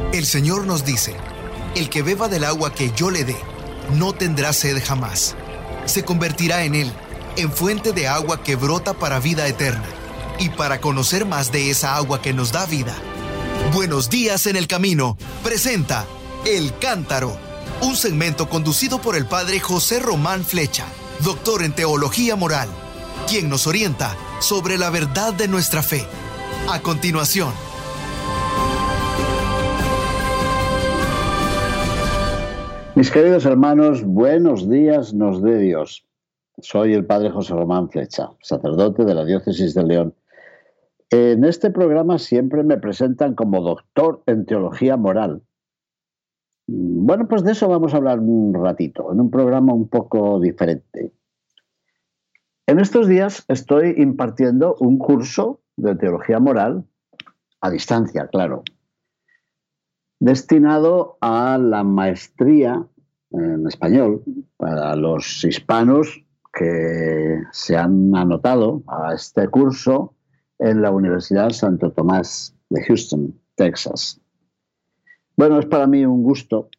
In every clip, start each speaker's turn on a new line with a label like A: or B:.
A: El Señor nos dice, el que beba del agua que yo le dé, no tendrá sed jamás. Se convertirá en él, en fuente de agua que brota para vida eterna. Y para conocer más de esa agua que nos da vida, Buenos Días en el Camino presenta El Cántaro, un segmento conducido por el padre José Román Flecha, doctor en Teología Moral, quien nos orienta sobre la verdad de nuestra fe. A continuación.
B: Mis queridos hermanos, buenos días nos dé Dios. Soy el padre José Román Flecha, sacerdote de la Diócesis de León. En este programa siempre me presentan como doctor en Teología Moral. Bueno, pues de eso vamos a hablar un ratito, en un programa un poco diferente. En estos días estoy impartiendo un curso de Teología Moral, a distancia, claro, destinado a la maestría en español para los hispanos que se han anotado a este curso en la Universidad Santo Tomás de Houston, Texas. Bueno, es para mí un gusto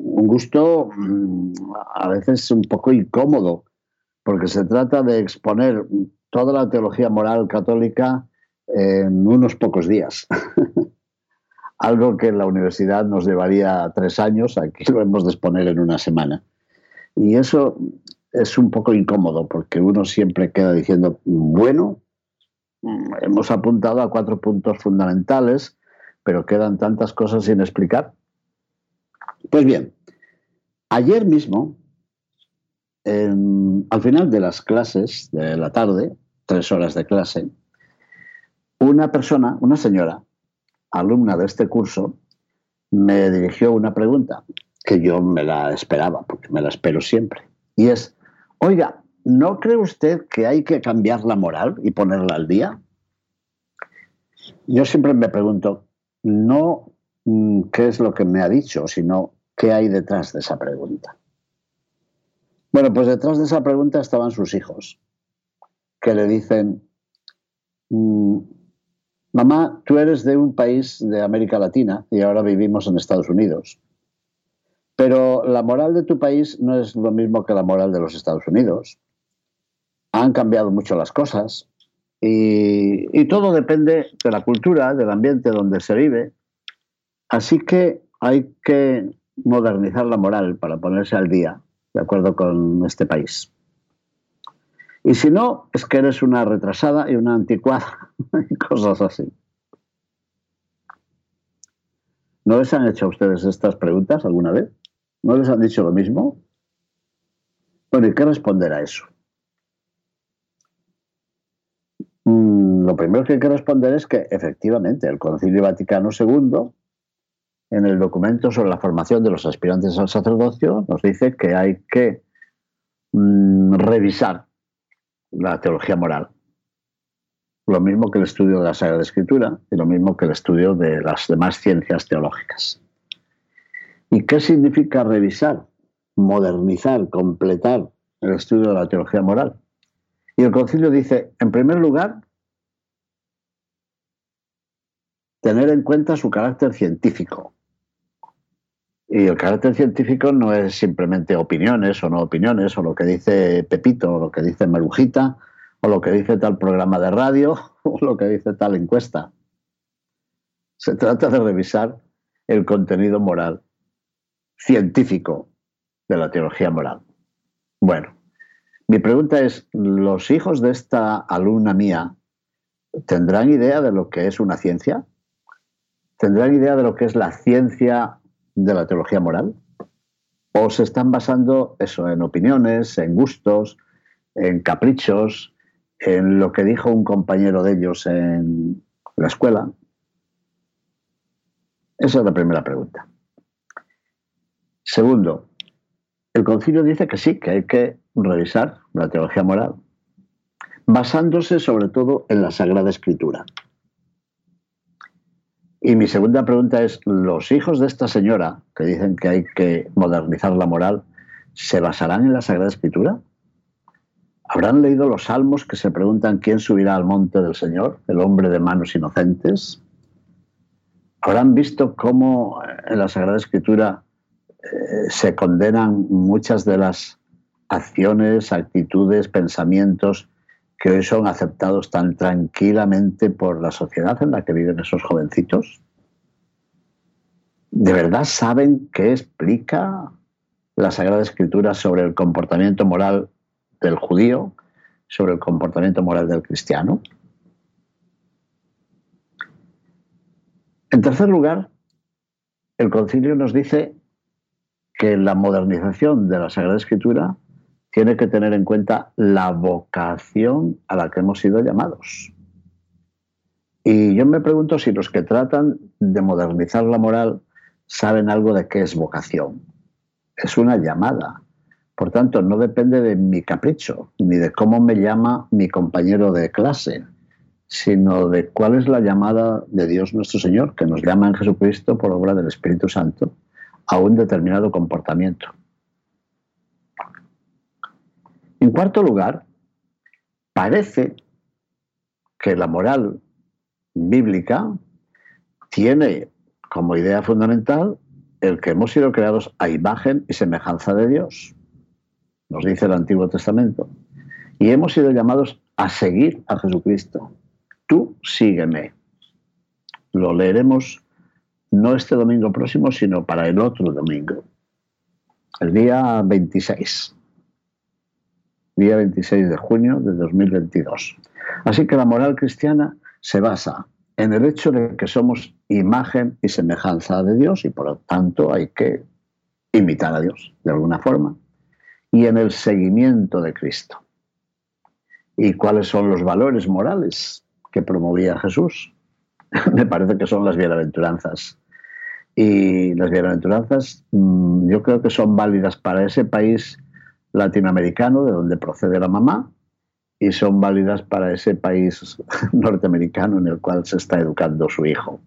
B: a veces un poco incómodo, porque se trata de exponer toda la teología moral católica en unos pocos días. Algo que en la universidad nos llevaría 3 años, aquí lo hemos de exponer en una semana. Y eso es un poco incómodo, porque uno siempre queda diciendo, bueno, hemos apuntado a 4 puntos fundamentales, pero quedan tantas cosas sin explicar. Pues bien, ayer mismo, al final de las clases de la tarde, 3 horas de clase, una señora, alumna de este curso, me dirigió una pregunta que yo me la esperaba, porque me la espero siempre. Y es, oiga, ¿no cree usted que hay que cambiar la moral y ponerla al día? Yo siempre me pregunto, no qué es lo que me ha dicho, sino qué hay detrás de esa pregunta. Bueno, pues detrás de esa pregunta estaban sus hijos, que le dicen, mamá, tú eres de un país de América Latina y ahora vivimos en Estados Unidos. Pero la moral de tu país no es lo mismo que la moral de los Estados Unidos. Han cambiado mucho las cosas y todo depende de la cultura, del ambiente donde se vive. Así que hay que modernizar la moral para ponerse al día, de acuerdo con este país. Y si no, es que eres una retrasada y una anticuada y cosas así. ¿No les han hecho a ustedes estas preguntas alguna vez? ¿No les han dicho lo mismo? Bueno, ¿y qué responder a eso? Lo primero que hay que responder es que, efectivamente, el Concilio Vaticano II, en el documento sobre la formación de los aspirantes al sacerdocio, nos dice que hay que revisar la teología moral. Lo mismo que el estudio de la Sagrada Escritura y lo mismo que el estudio de las demás ciencias teológicas. ¿Y qué significa revisar, modernizar, completar el estudio de la teología moral? Y el Concilio dice, en primer lugar, tener en cuenta su carácter científico. Y el carácter científico no es simplemente opiniones o no opiniones, o lo que dice Pepito, o lo que dice Marujita, o lo que dice tal programa de radio, o lo que dice tal encuesta. Se trata de revisar el contenido moral científico de la teología moral. Bueno, mi pregunta es, ¿los hijos de esta alumna mía tendrán idea de lo que es una ciencia? ¿Tendrán idea de lo que es la ciencia de la teología moral? ¿O se están basando eso en opiniones, en gustos, en caprichos, en lo que dijo un compañero de ellos en la escuela? Esa es la primera pregunta. Segundo, el Concilio dice que sí, que hay que revisar la teología moral, basándose sobre todo en la Sagrada Escritura. Y mi segunda pregunta es, ¿los hijos de esta señora, que dicen que hay que modernizar la moral, se basarán en la Sagrada Escritura? ¿Habrán leído los salmos que se preguntan quién subirá al monte del Señor, el hombre de manos inocentes? Habrán visto cómo en la Sagrada Escritura se condenan muchas de las acciones, actitudes, pensamientos que hoy son aceptados tan tranquilamente por la sociedad en la que viven esos jovencitos. ¿De verdad saben qué explica la Sagrada Escritura sobre el comportamiento moral del judío, sobre el comportamiento moral del cristiano? En tercer lugar, el Concilio nos dice que la modernización de la Sagrada Escritura tiene que tener en cuenta la vocación a la que hemos sido llamados. Y yo me pregunto si los que tratan de modernizar la moral saben algo de qué es vocación. Es una llamada. Por tanto, no depende de mi capricho, ni de cómo me llama mi compañero de clase, sino de cuál es la llamada de Dios nuestro Señor, que nos llama en Jesucristo por obra del Espíritu Santo a un determinado comportamiento. En cuarto lugar, parece que la moral bíblica tiene como idea fundamental el que hemos sido creados a imagen y semejanza de Dios, nos dice el Antiguo Testamento, y hemos sido llamados a seguir a Jesucristo. Tú sígueme. Lo leeremos no este domingo próximo, sino para el otro domingo, el día 26 de junio de 2022. Así que la moral cristiana se basa en el hecho de que somos imagen y semejanza de Dios y por lo tanto hay que imitar a Dios de alguna forma, y en el seguimiento de Cristo. ¿Y cuáles son los valores morales que promovía Jesús? Me parece que son las bienaventuranzas. Y las bienaventuranzas yo creo que son válidas para ese país latinoamericano de donde procede la mamá, y son válidas para ese país norteamericano en el cual se está educando su hijo.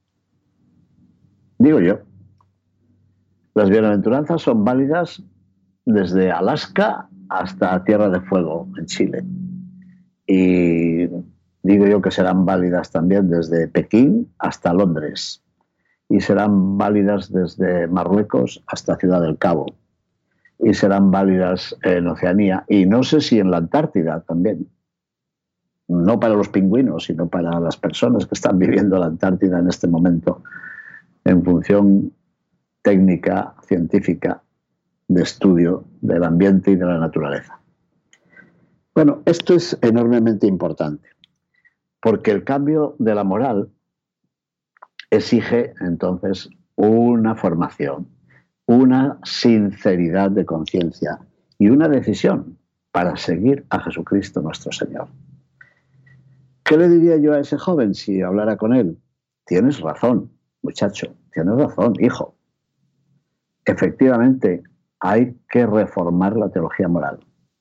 B: Digo yo, las bienaventuranzas son válidas desde Alaska hasta Tierra de Fuego, en Chile. Y digo yo que serán válidas también desde Pekín hasta Londres. Y serán válidas desde Marruecos hasta Ciudad del Cabo. Y serán válidas en Oceanía. Y no sé si en la Antártida también. No para los pingüinos, sino para las personas que están viviendo la Antártida en este momento en función técnica, científica, de estudio del ambiente y de la naturaleza. Bueno, esto es enormemente importante, porque el cambio de la moral exige entonces una formación, una sinceridad de conciencia y una decisión para seguir a Jesucristo nuestro Señor. ¿Qué le diría yo a ese joven si hablara con él? Tienes razón, muchacho, tienes razón, hijo. Efectivamente, hay que reformar la teología moral.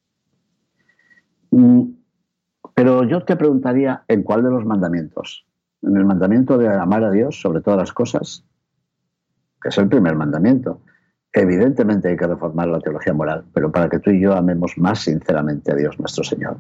B: Pero yo te preguntaría, ¿en cuál de los mandamientos? ¿En el mandamiento de amar a Dios sobre todas las cosas? Que es el primer mandamiento. Evidentemente hay que reformar la teología moral, pero para que tú y yo amemos más sinceramente a Dios nuestro Señor.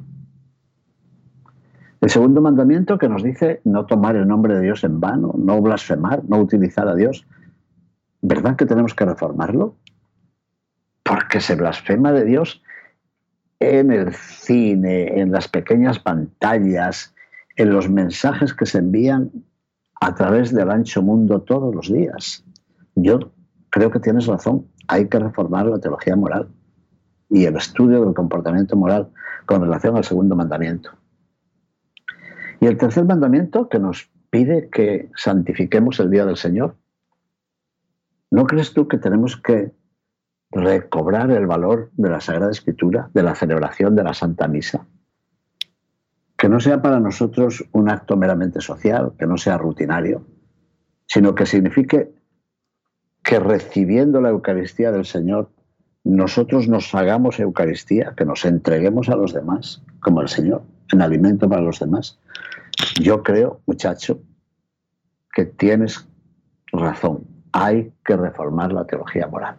B: El segundo mandamiento que nos dice no tomar el nombre de Dios en vano, no blasfemar, no utilizar a Dios. ¿Verdad que tenemos que reformarlo? Porque se blasfema de Dios en el cine, en las pequeñas pantallas, en los mensajes que se envían a través del ancho mundo todos los días. Yo creo que tienes razón, hay que reformar la teología moral y el estudio del comportamiento moral con relación al segundo mandamiento. Y el tercer mandamiento que nos pide que santifiquemos el día del Señor. ¿No crees tú que tenemos que recobrar el valor de la Sagrada Escritura, de la celebración de la Santa Misa? Que no sea para nosotros un acto meramente social, que no sea rutinario, sino que signifique que recibiendo la Eucaristía del Señor, nosotros nos hagamos Eucaristía, que nos entreguemos a los demás, como el Señor, en alimento para los demás. Yo creo, muchacho, que tienes razón. Hay que reformar la teología moral.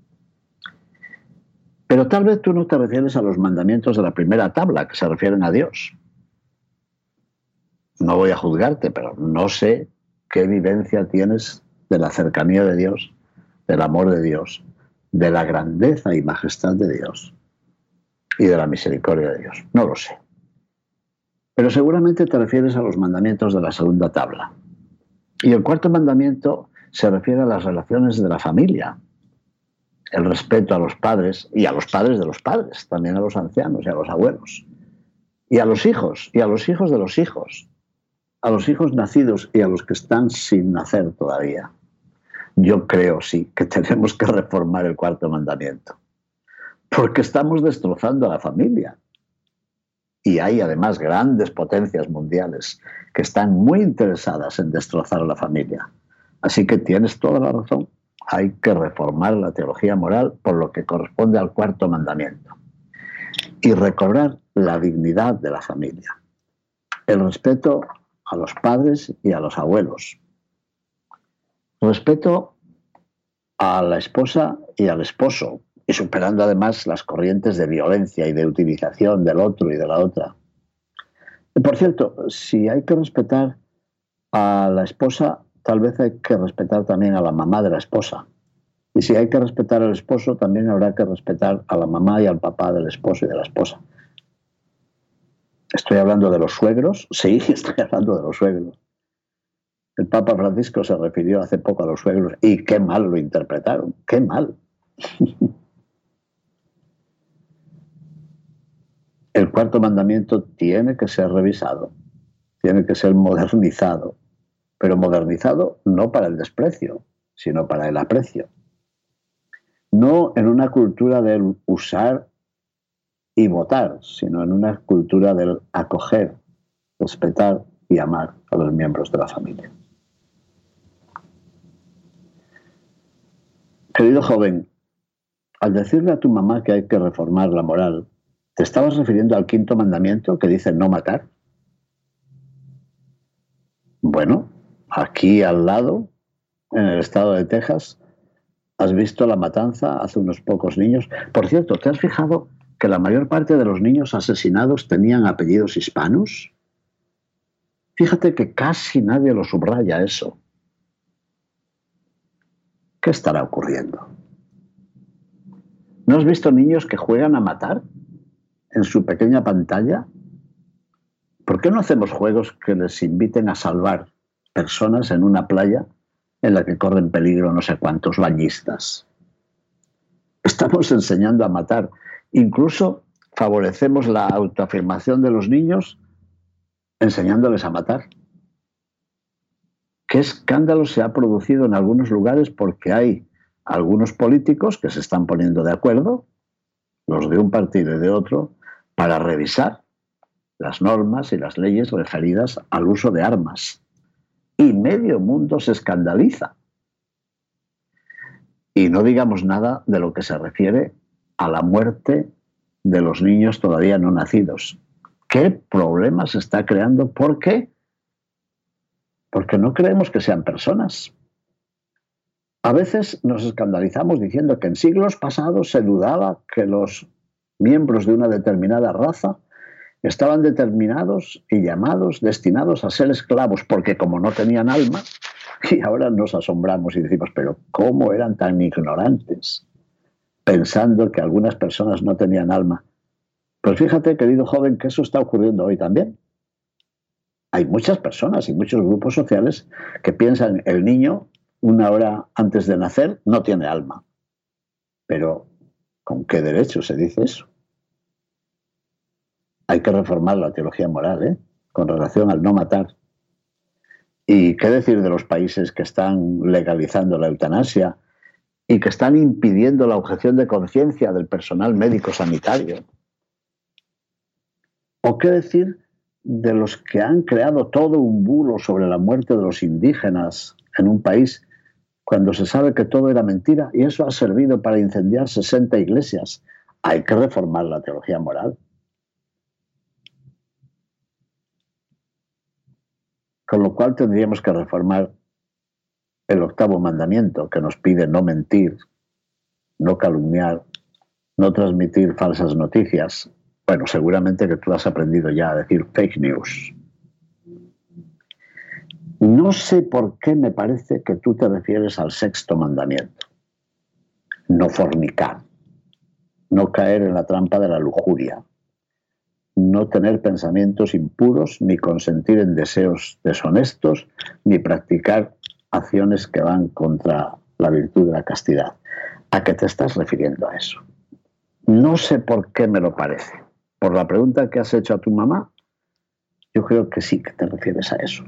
B: Pero tal vez tú no te refieres a los mandamientos de la primera tabla, que se refieren a Dios. No voy a juzgarte, pero no sé ¿Qué vivencia tienes de la cercanía de Dios, del amor de Dios, de la grandeza y majestad de Dios y de la misericordia de Dios? No lo sé. Pero seguramente te refieres a los mandamientos de la segunda tabla. Y el cuarto mandamiento se refiere a las relaciones de la familia, el respeto a los padres y a los padres de los padres, también a los ancianos y a los abuelos, y a los hijos de los hijos, a los hijos nacidos y a los que están sin nacer todavía. Yo creo, sí, que tenemos que reformar el cuarto mandamiento, porque estamos destrozando a la familia. Y hay además grandes potencias mundiales que están muy interesadas en destrozar a la familia. Así que tienes toda la razón. Hay que reformar la teología moral por lo que corresponde al cuarto mandamiento. Y recobrar la dignidad de la familia. El respeto a los padres y a los abuelos. Respeto a la esposa y al esposo, y superando además las corrientes de violencia y de utilización del otro y de la otra. Y por cierto, si hay que respetar a la esposa, tal vez hay que respetar también a la mamá de la esposa. Y si hay que respetar al esposo, también habrá que respetar a la mamá y al papá del esposo y de la esposa. ¿Estoy hablando de los suegros? Sí, estoy hablando de los suegros. El Papa Francisco se refirió hace poco a los suegros y qué mal lo interpretaron, qué mal. El cuarto mandamiento tiene que ser revisado, tiene que ser modernizado, pero modernizado no para el desprecio, sino para el aprecio. No en una cultura del usar y votar, sino en una cultura del acoger, respetar y amar a los miembros de la familia. Querido joven, al decirle a tu mamá que hay que reformar la moral, ¿te estabas refiriendo al quinto mandamiento que dice no matar? Bueno, aquí al lado, en el estado de Texas, has visto la matanza hace unos pocos niños. Por cierto, ¿te has fijado que la mayor parte de los niños asesinados tenían apellidos hispanos? Fíjate que casi nadie lo subraya eso. ¿Qué estará ocurriendo? ¿No has visto niños que juegan a matar en su pequeña pantalla? ¿Por qué no hacemos juegos que les inviten a salvar personas en una playa en la que corren peligro no sé cuántos bañistas? Estamos enseñando a matar. Incluso favorecemos la autoafirmación de los niños enseñándoles a matar. ¿Qué escándalo se ha producido en algunos lugares porque hay algunos políticos que se están poniendo de acuerdo, los de un partido y de otro, para revisar las normas y las leyes referidas al uso de armas? Y medio mundo se escandaliza. Y no digamos nada de lo que se refiere a la muerte de los niños todavía no nacidos. ¿Qué problema se está creando? ¿Por qué? Porque no creemos que sean personas. A veces nos escandalizamos diciendo que en siglos pasados se dudaba que los miembros de una determinada raza estaban determinados y llamados, destinados a ser esclavos, porque como no tenían alma, y ahora nos asombramos y decimos, pero ¿cómo eran tan ignorantes? Pensando que algunas personas no tenían alma. Pues fíjate, querido joven, que eso está ocurriendo hoy también. Hay muchas personas y muchos grupos sociales que piensan el niño, una hora antes de nacer, no tiene alma. Pero, ¿con qué derecho se dice eso? Hay que reformar la teología moral, con relación al no matar. ¿Y qué decir de los países que están legalizando la eutanasia y que están impidiendo la objeción de conciencia del personal médico sanitario? ¿O qué decir de los que han creado todo un bulo sobre la muerte de los indígenas en un país cuando se sabe que todo era mentira y eso ha servido para incendiar 60 iglesias? Hay que reformar la teología moral. Con lo cual tendríamos que reformar el octavo mandamiento que nos pide no mentir, no calumniar, no transmitir falsas noticias. Bueno, seguramente que tú has aprendido ya a decir fake news. No sé por qué me parece que tú te refieres al sexto mandamiento. No fornicar, no caer en la trampa de la lujuria, no tener pensamientos impuros, ni consentir en deseos deshonestos, ni practicar acciones que van contra la virtud de la castidad. ¿A qué te estás refiriendo a eso? No sé por qué me lo parece. Por la pregunta que has hecho a tu mamá, yo creo que sí que te refieres a eso.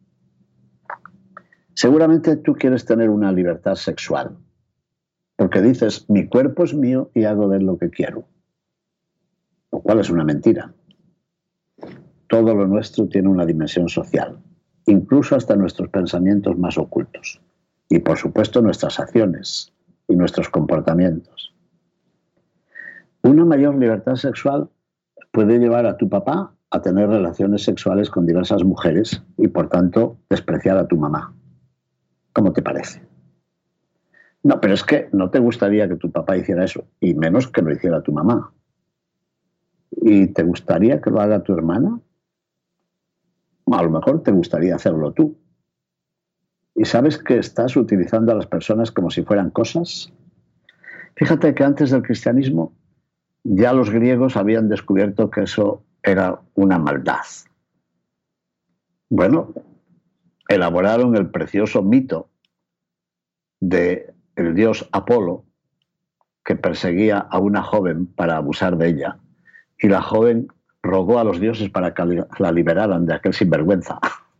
B: Seguramente tú quieres tener una libertad sexual, porque dices, mi cuerpo es mío y hago de él lo que quiero, lo cual es una mentira. Todo lo nuestro tiene una dimensión social, incluso hasta nuestros pensamientos más ocultos, y por supuesto nuestras acciones y nuestros comportamientos. Una mayor libertad sexual puede llevar a tu papá a tener relaciones sexuales con diversas mujeres y por tanto despreciar a tu mamá. ¿Cómo te parece? No, pero es que no te gustaría que tu papá hiciera eso, y menos que lo hiciera tu mamá. ¿Y te gustaría que lo haga tu hermana? A lo mejor te gustaría hacerlo tú. ¿Y sabes que estás utilizando a las personas como si fueran cosas? Fíjate que antes del cristianismo ya los griegos habían descubierto que eso era una maldad. Bueno, elaboraron el precioso mito del dios Apolo, que perseguía a una joven para abusar de ella, y la joven rogó a los dioses para que la liberaran de aquel sinvergüenza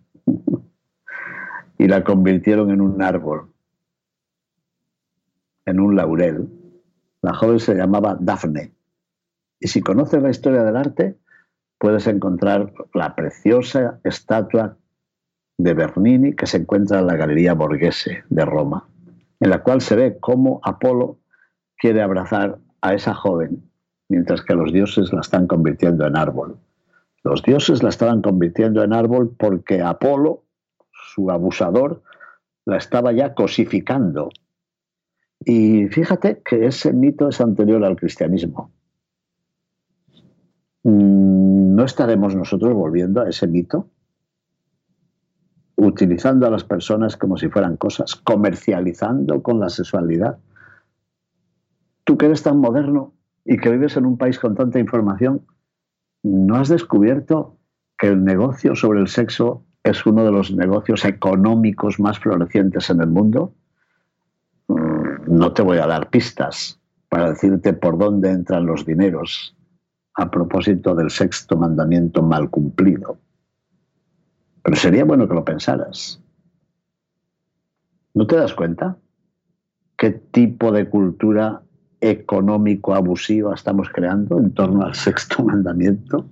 B: y la convirtieron en un árbol, en un laurel. La joven se llamaba Dafne, y si conoces la historia del arte puedes encontrar la preciosa estatua de Bernini que se encuentra en la Galería Borghese de Roma, en la cual se ve cómo Apolo quiere abrazar a esa joven, mientras que los dioses la están convirtiendo en árbol. Los dioses la estaban convirtiendo en árbol porque Apolo, su abusador, la estaba ya cosificando. Y fíjate que ese mito es anterior al cristianismo. ¿No estaremos nosotros volviendo a ese mito? Utilizando a las personas como si fueran cosas, comercializando con la sexualidad. Tú que eres tan moderno y que vives en un país con tanta información, ¿no has descubierto que el negocio sobre el sexo es uno de los negocios económicos más florecientes en el mundo? No te voy a dar pistas para decirte por dónde entran los dineros a propósito del sexto mandamiento mal cumplido. Pero sería bueno que lo pensaras. ¿No te das cuenta qué tipo de cultura económico-abusiva estamos creando en torno al sexto mandamiento?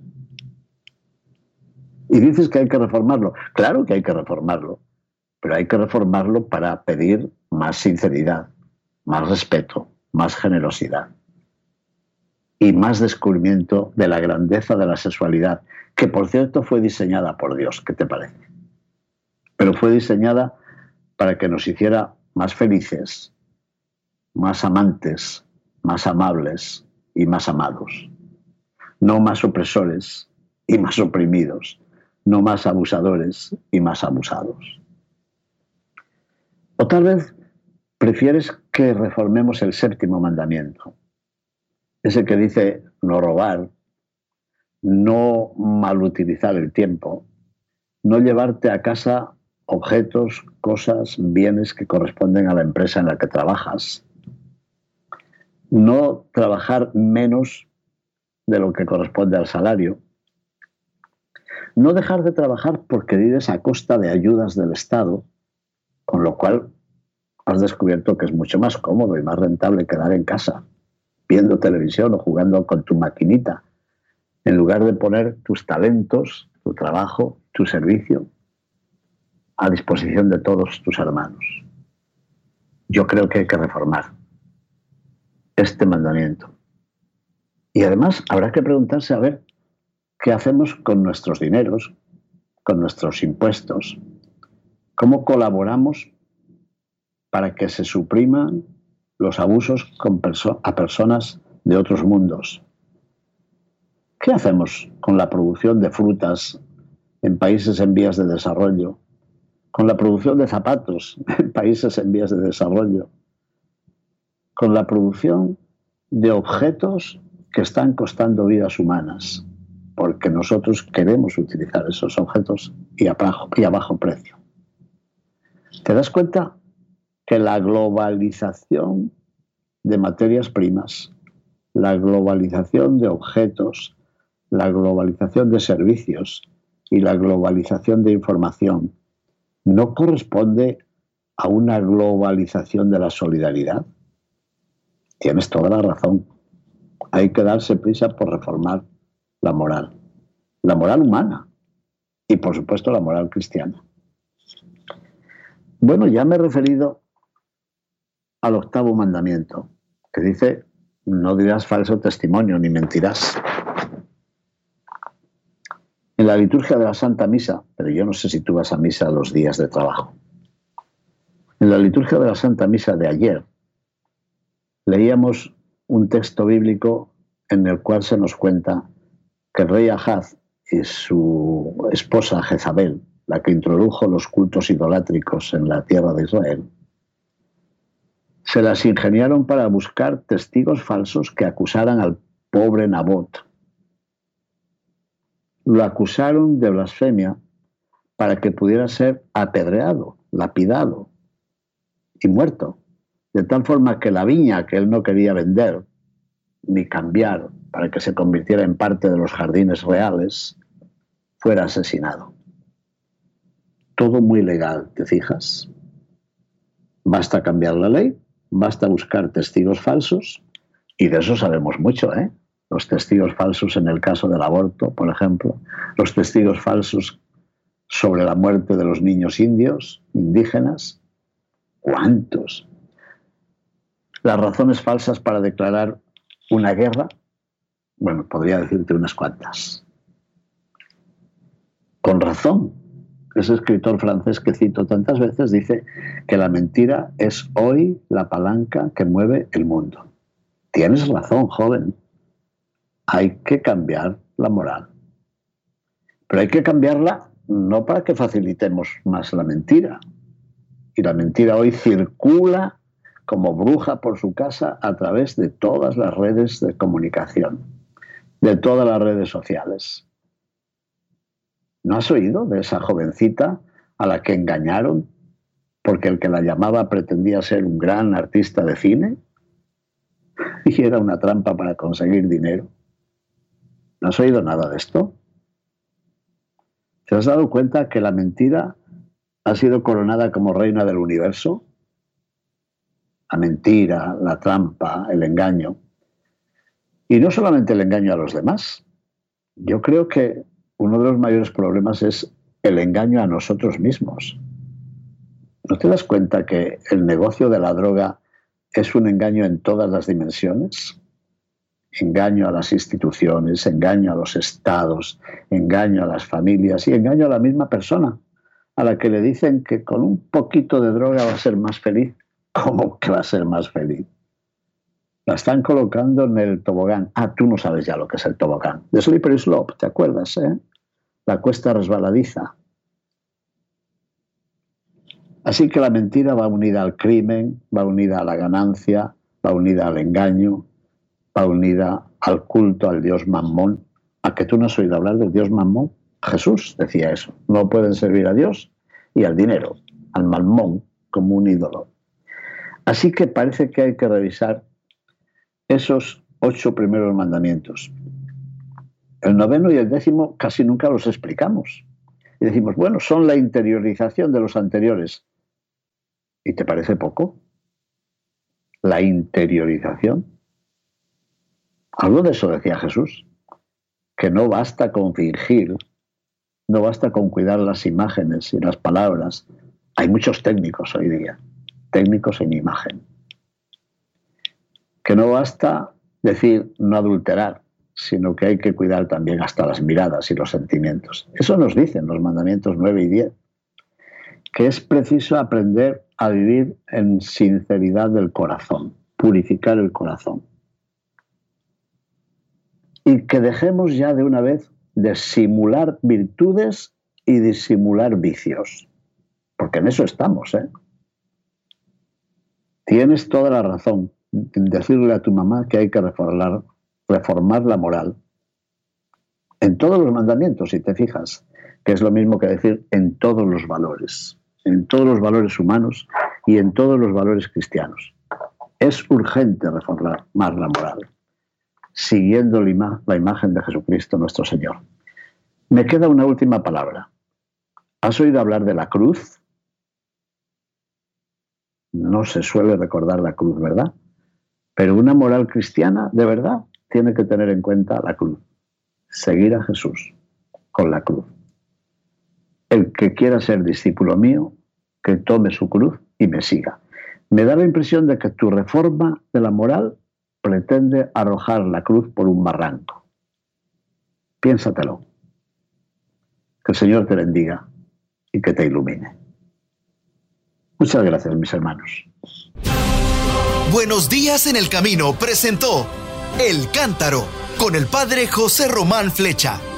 B: Y dices que hay que reformarlo. Claro que hay que reformarlo, pero hay que reformarlo para pedir más sinceridad, más respeto, más generosidad y más descubrimiento de la grandeza de la sexualidad, que por cierto fue diseñada por Dios. ¿Qué te parece? Pero fue diseñada para que nos hiciera más felices, más amantes, más amables y más amados. No más opresores y más oprimidos. No más abusadores y más abusados. O tal vez prefieres que reformemos el séptimo mandamiento. Ese que dice no robar, no malutilizar el tiempo, no llevarte a casa objetos, cosas, bienes que corresponden a la empresa en la que trabajas, no trabajar menos de lo que corresponde al salario, no dejar de trabajar porque vives a costa de ayudas del Estado, con lo cual has descubierto que es mucho más cómodo y más rentable quedar en casa, viendo televisión o jugando con tu maquinita, en lugar de poner tus talentos, tu trabajo, tu servicio a disposición de todos tus hermanos. Yo creo que hay que reformar este mandamiento. Y además habrá que preguntarse a ver qué hacemos con nuestros dineros, con nuestros impuestos, cómo colaboramos para que se supriman los abusos a personas de otros mundos. ¿Qué hacemos con la producción de frutas en países en vías de desarrollo con la producción de zapatos en países en vías de desarrollo, con la producción de objetos que están costando vidas humanas, porque nosotros queremos utilizar esos objetos y a bajo precio. ¿Te das cuenta que la globalización de materias primas, la globalización de objetos, la globalización de servicios y la globalización de información no corresponde a una globalización de la solidaridad? Tienes toda la razón. Hay que darse prisa por reformar la moral humana y, por supuesto, la moral cristiana. Bueno, ya me he referido al 8º mandamiento, que dice: no dirás falso testimonio ni mentirás. En la liturgia de la Santa Misa, pero yo no sé si tú vas a misa los días de trabajo, en la liturgia de la Santa Misa de ayer leíamos un texto bíblico en el cual se nos cuenta que el rey Ahaz y su esposa Jezabel, la que introdujo los cultos idolátricos en la tierra de Israel, se las ingeniaron para buscar testigos falsos que acusaran al pobre Nabot. Lo acusaron de blasfemia para que pudiera ser apedreado, lapidado y muerto, de tal forma que la viña que él no quería vender ni cambiar para que se convirtiera en parte de los jardines reales, fuera asesinado. Todo muy legal, ¿te fijas? Basta cambiar la ley, basta buscar testigos falsos, y de eso sabemos mucho, ¿eh? Los testigos falsos en el caso del aborto, por ejemplo, los testigos falsos sobre la muerte de los niños indios, indígenas. ¿Cuántos? Las razones falsas para declarar una guerra, bueno, podría decirte unas cuantas. Con razón, ese escritor francés que cito tantas veces dice que la mentira es hoy la palanca que mueve el mundo. Tienes razón, joven. Hay que cambiar la moral. Pero hay que cambiarla no para que facilitemos más la mentira. Y la mentira hoy circula como bruja por su casa a través de todas las redes de comunicación, de todas las redes sociales. ¿No has oído de esa jovencita a la que engañaron porque el que la llamaba pretendía ser un gran artista de cine y era una trampa para conseguir dinero? ¿No has oído nada de esto? ¿Te has dado cuenta que la mentira ha sido coronada como reina del universo? La mentira, la trampa, el engaño. Y no solamente el engaño a los demás. Yo creo que uno de los mayores problemas es el engaño a nosotros mismos. ¿No te das cuenta que el negocio de la droga es un engaño en todas las dimensiones? Engaño a las instituciones, engaño a los estados, engaño a las familias y engaño a la misma persona, a la que le dicen que con un poquito de droga va a ser más feliz. ¿Cómo que va a ser más feliz? La están colocando en el tobogán. Ah, tú no sabes ya lo que es el tobogán. The Slippery Slope, ¿te acuerdas, La cuesta resbaladiza. Así que la mentira va unida al crimen, va unida a la ganancia, va unida al engaño, va unida al culto al dios Mamón. ¿A que tú no has oído hablar del dios Mamón? Jesús decía eso. No pueden servir a Dios y al dinero, al Mamón, como un ídolo. Así que parece que hay que revisar esos 8 primeros mandamientos. El 9º y el 10º casi nunca los explicamos. Y decimos, bueno, son la interiorización de los anteriores. ¿Y te parece poco? La interiorización. Algo de eso decía Jesús, que no basta con fingir, no basta con cuidar las imágenes y las palabras. Hay muchos técnicos hoy día, técnicos en imagen. Que no basta decir no adulterar, sino que hay que cuidar también hasta las miradas y los sentimientos. Eso nos dicen los mandamientos 9 y 10, que es preciso aprender a vivir en sinceridad del corazón, purificar el corazón. Y que dejemos ya de una vez de simular virtudes y disimular vicios. porque en eso estamos, ¿eh? Tienes toda la razón en decirle a tu mamá que hay que reformar la moral. En todos los mandamientos, si te fijas, que es lo mismo que decir en todos los valores humanos y en todos los valores cristianos. Es urgente reformar la moral, siguiendo la imagen de Jesucristo nuestro Señor. Me queda una última palabra. ¿Has oído hablar de la cruz? No se suele recordar la cruz, ¿verdad? Pero una moral cristiana, de verdad, tiene que tener en cuenta la cruz. Seguir a Jesús con la cruz. El que quiera ser discípulo mío, que tome su cruz y me siga. Me da la impresión de que tu reforma de la moral pretende arrojar la cruz por un barranco. Piénsatelo. Que el Señor te bendiga y que te ilumine. Muchas gracias, mis hermanos.
A: Buenos Días en el Camino presentó El Cántaro con el padre José Román Flecha.